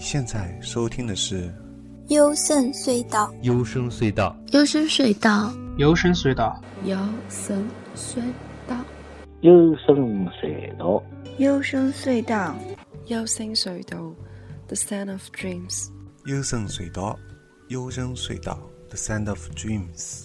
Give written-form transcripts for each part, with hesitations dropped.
现在收听的是幽深隧道， 幽深隧道， 幽深隧道， 幽深隧道， 幽深隧道， 幽深隧道， 幽深隧道， 幽深隧道 The Sound of Dreams， 幽深隧道，幽深隧道 The Sound of Dreams。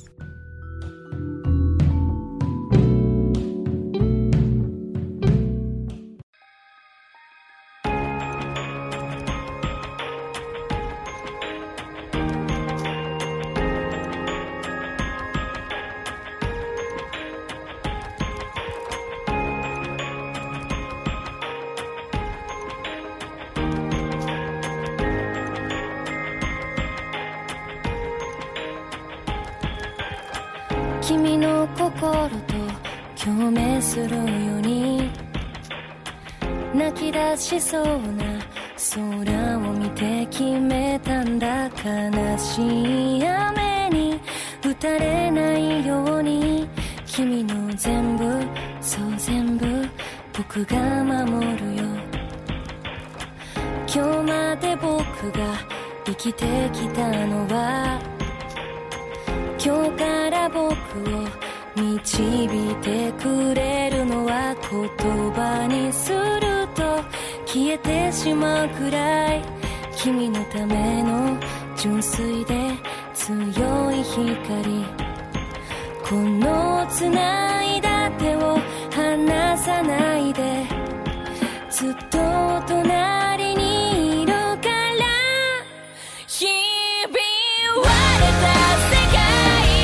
君の心と共鳴するように泣き出しそうな空を見て決めたんだ。悲しい雨に打たれないように君の全部、そう全部僕が守るよ。今日まで僕が生きてきたのは今日から僕を導いてくれるのは言葉にすると消えてしまうくらい君のための純粋で強い光。この繋いだ手を離さないでずっと隣にいるからひび割れた世界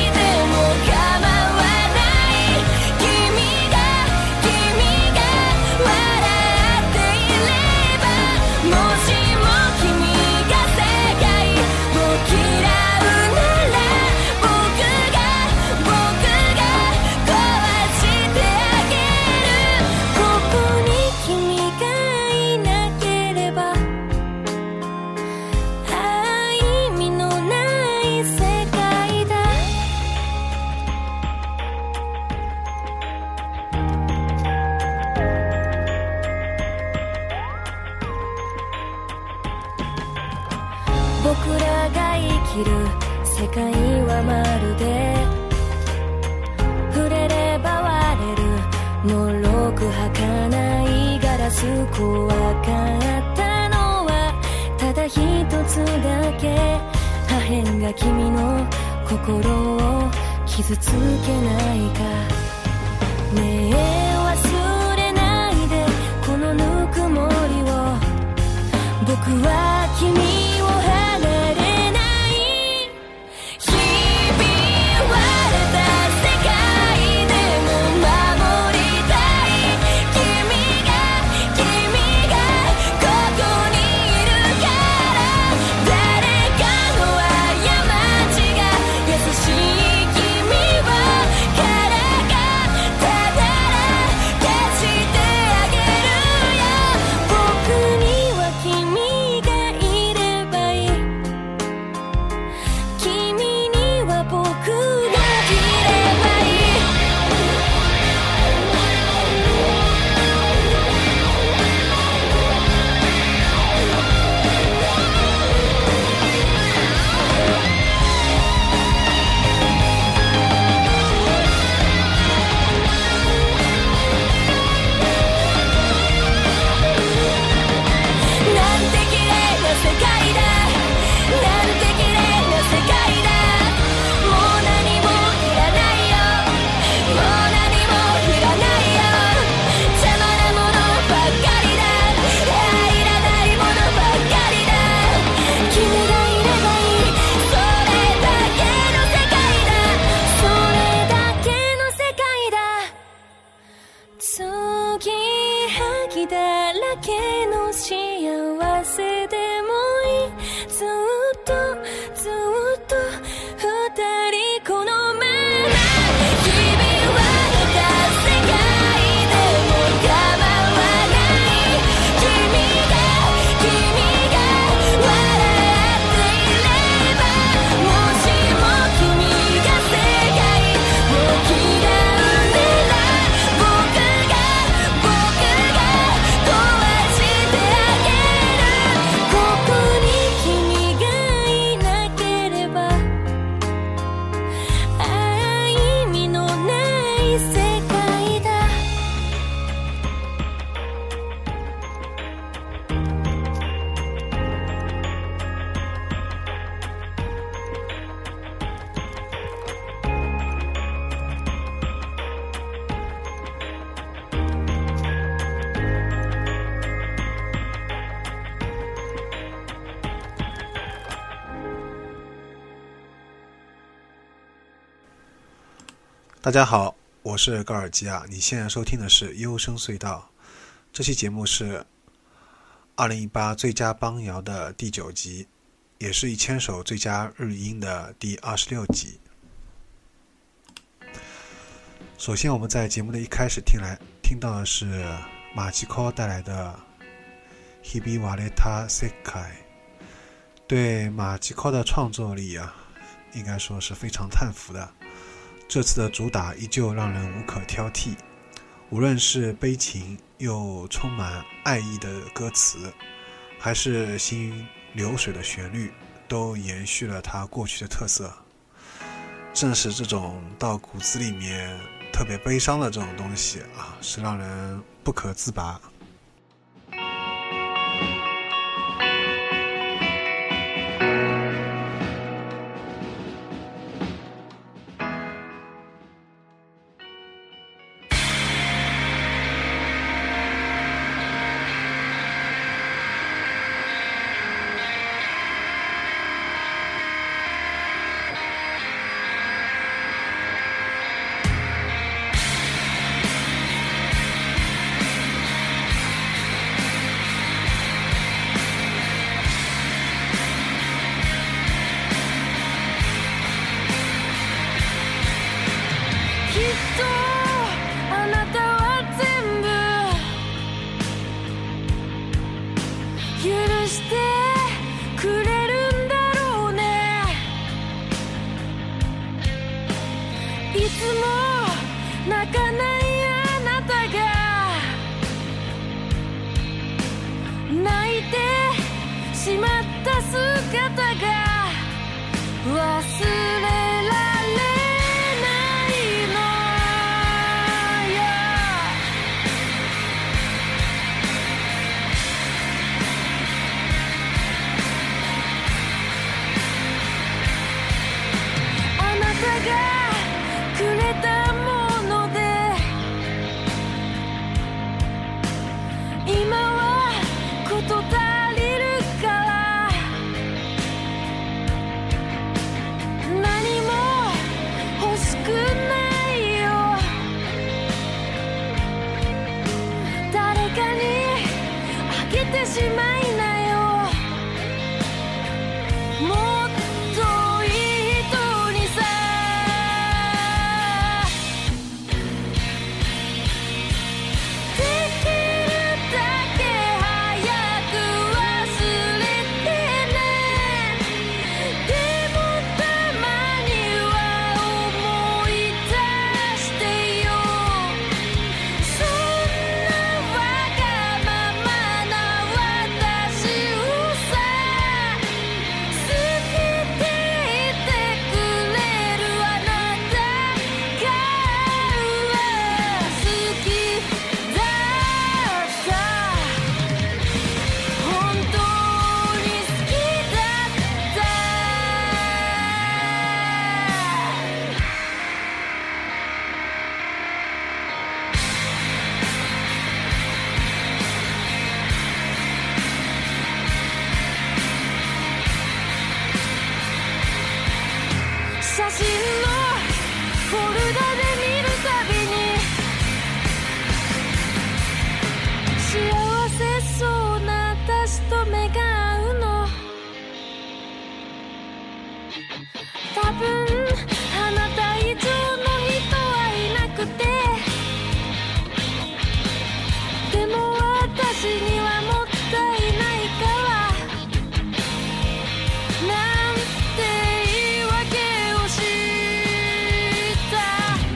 僕らが生きる世界はまるで触れれば割れる脆く儚いガラス。怖かったのはただ一つだけ破片が君の心を傷つけないか。ねえ忘れないでこのぬくもりを。僕は君を離れない日々割れた世界でも守りたい君がここにいるから誰かの過ちが優しい君をからがただらかしてあげるよ。僕には君がいれ大家好，我是高尔基亚，你现在收听的是优声隧道。这期节目是2018最佳邦谣的第9集，也是1000首最佳日音的第26集。首先我们在节目的一开始听到的是马吉科带来的日々割れた世界。对马吉科的创作力应该说是非常叹服的。这次的主打依旧让人无可挑剔，无论是悲情又充满爱意的歌词，还是行云流水的旋律，都延续了它过去的特色。正是这种到骨子里面特别悲伤的这种东西是让人不可自拔。 なんて言い訳をした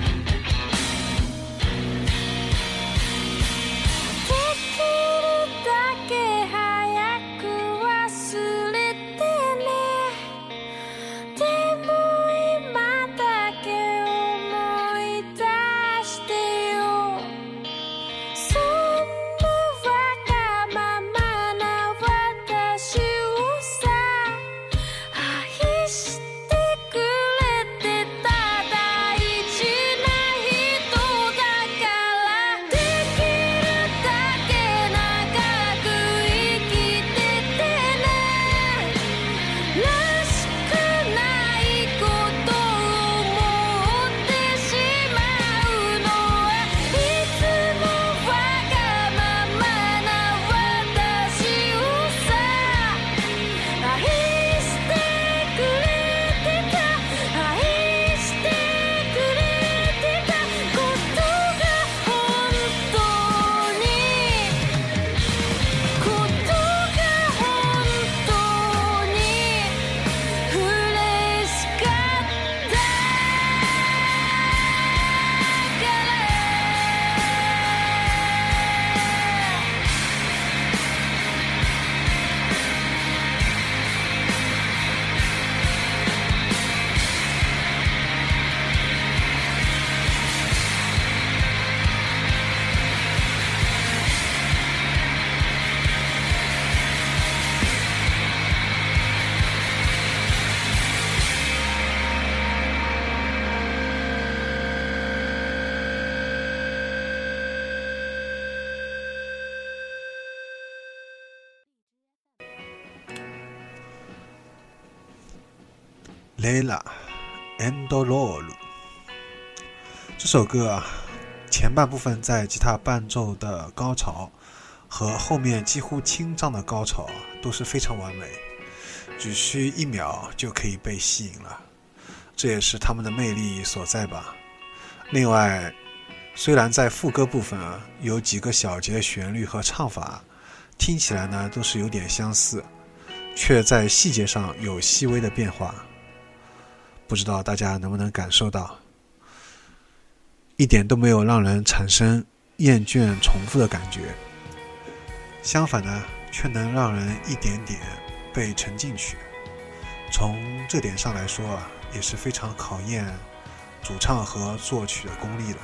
Lela Endololo。这首歌啊，前半部分在吉他伴奏的高潮和后面几乎清唱的高潮都是非常完美，只需1秒就可以被吸引了，这也是他们的魅力所在吧。另外，虽然在副歌部分有几个小节的旋律和唱法听起来呢都是有点相似，却在细节上有细微的变化，不知道大家能不能感受到，一点都没有让人产生厌倦重复的感觉，相反呢却能让人一点点被沉进去。从这点上来说啊，也是非常考验主唱和作曲的功力了。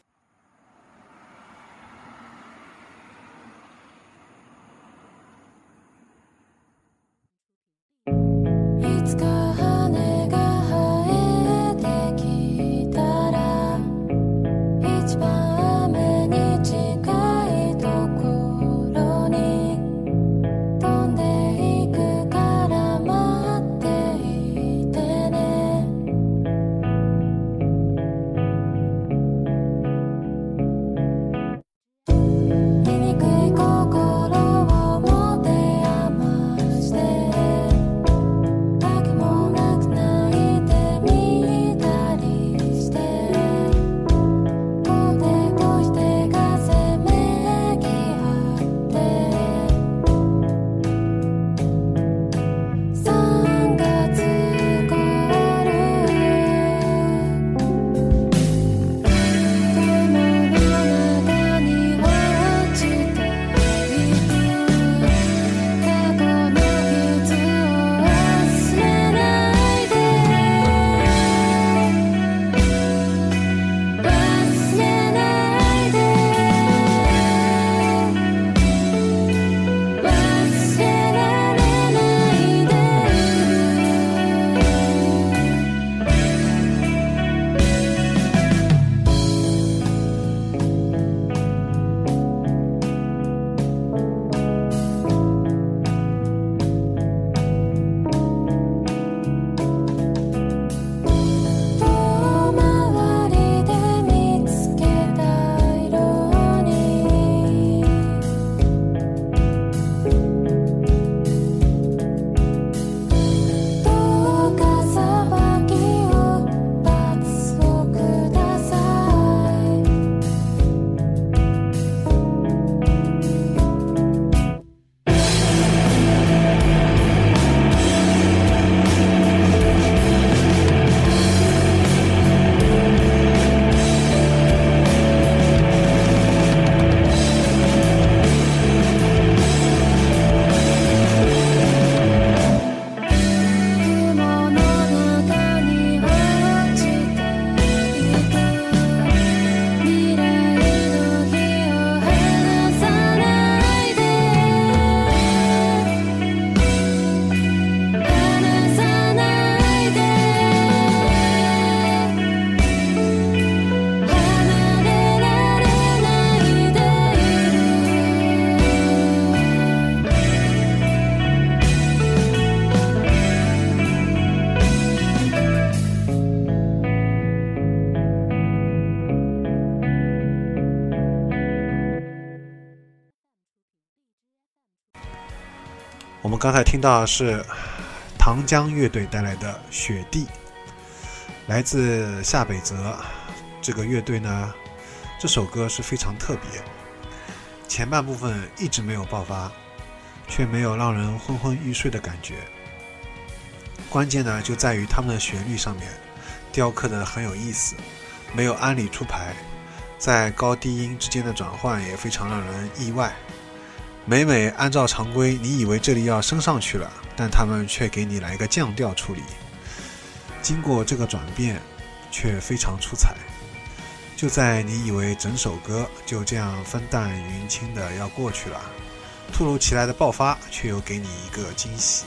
我们刚才听到的是糖浆乐队带来的《雪地》，来自下北泽。这个乐队呢，这首歌是非常特别，前半部分一直没有爆发，却没有让人昏昏欲睡的感觉。关键呢就在于他们的旋律上面雕刻的很有意思，没有按理出牌，在高低音之间的转换也非常让人意外。每按照常规，你以为这里要升上去了，但他们却给你来一个降调处理，经过这个转变却非常出彩。就在你以为整首歌就这样风淡云轻的要过去了，突如其来的爆发却又给你一个惊喜。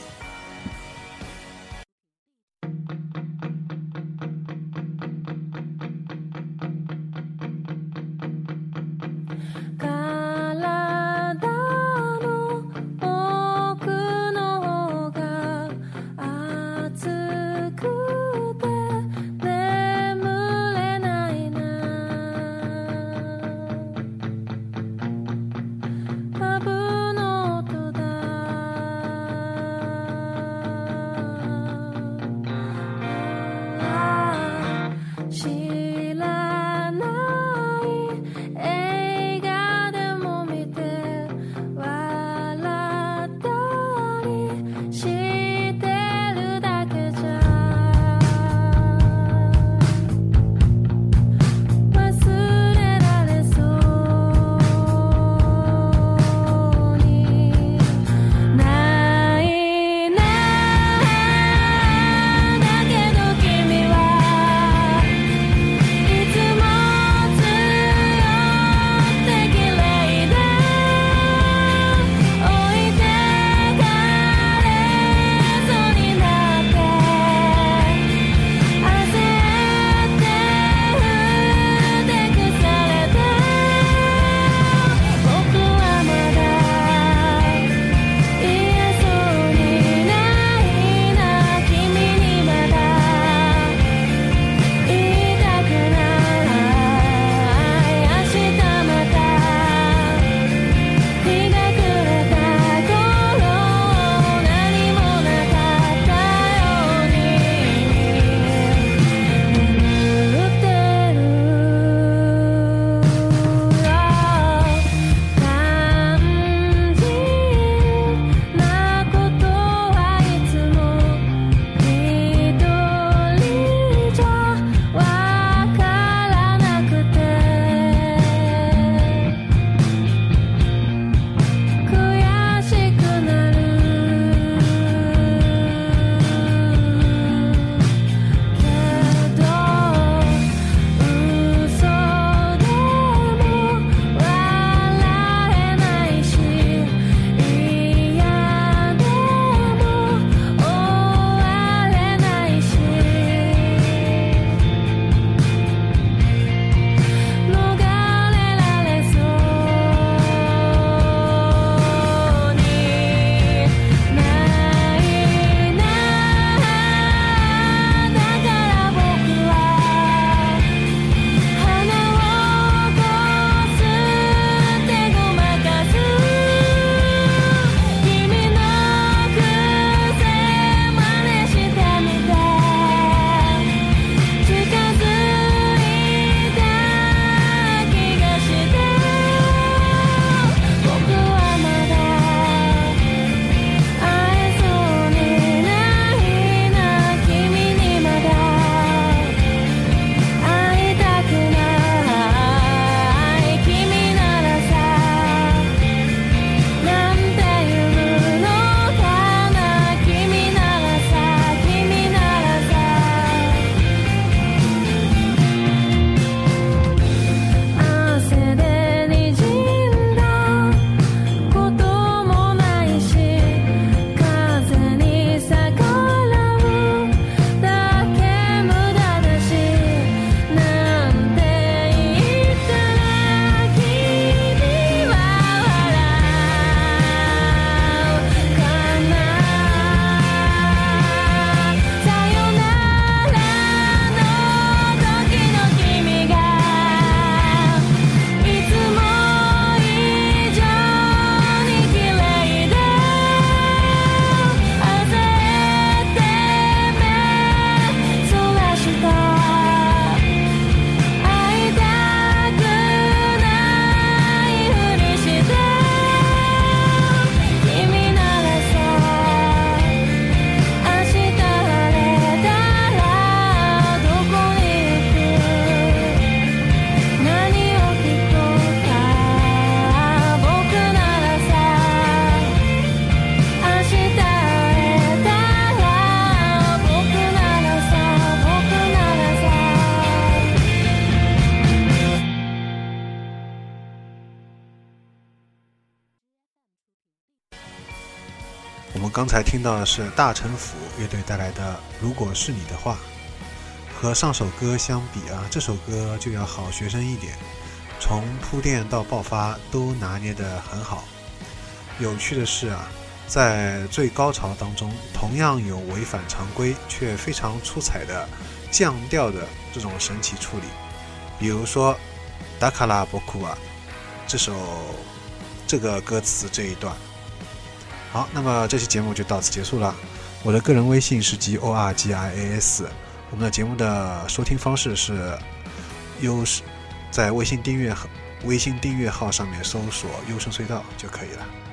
刚才听到的是大城府乐队带来的《如果是你的话》。和上首歌相比啊，这首歌就要好学生一点，从铺垫到爆发都拿捏得很好。有趣的是啊，在最高潮当中，同样有违反常规却非常出彩的降调的这种神奇处理。比如说达卡拉波库啊这个歌词这一段。好，那么这期节目就到此结束了。我的个人微信是 GORGIAS， 我们的节目的收听方式是在微信订阅号上面搜索优声隧道就可以了。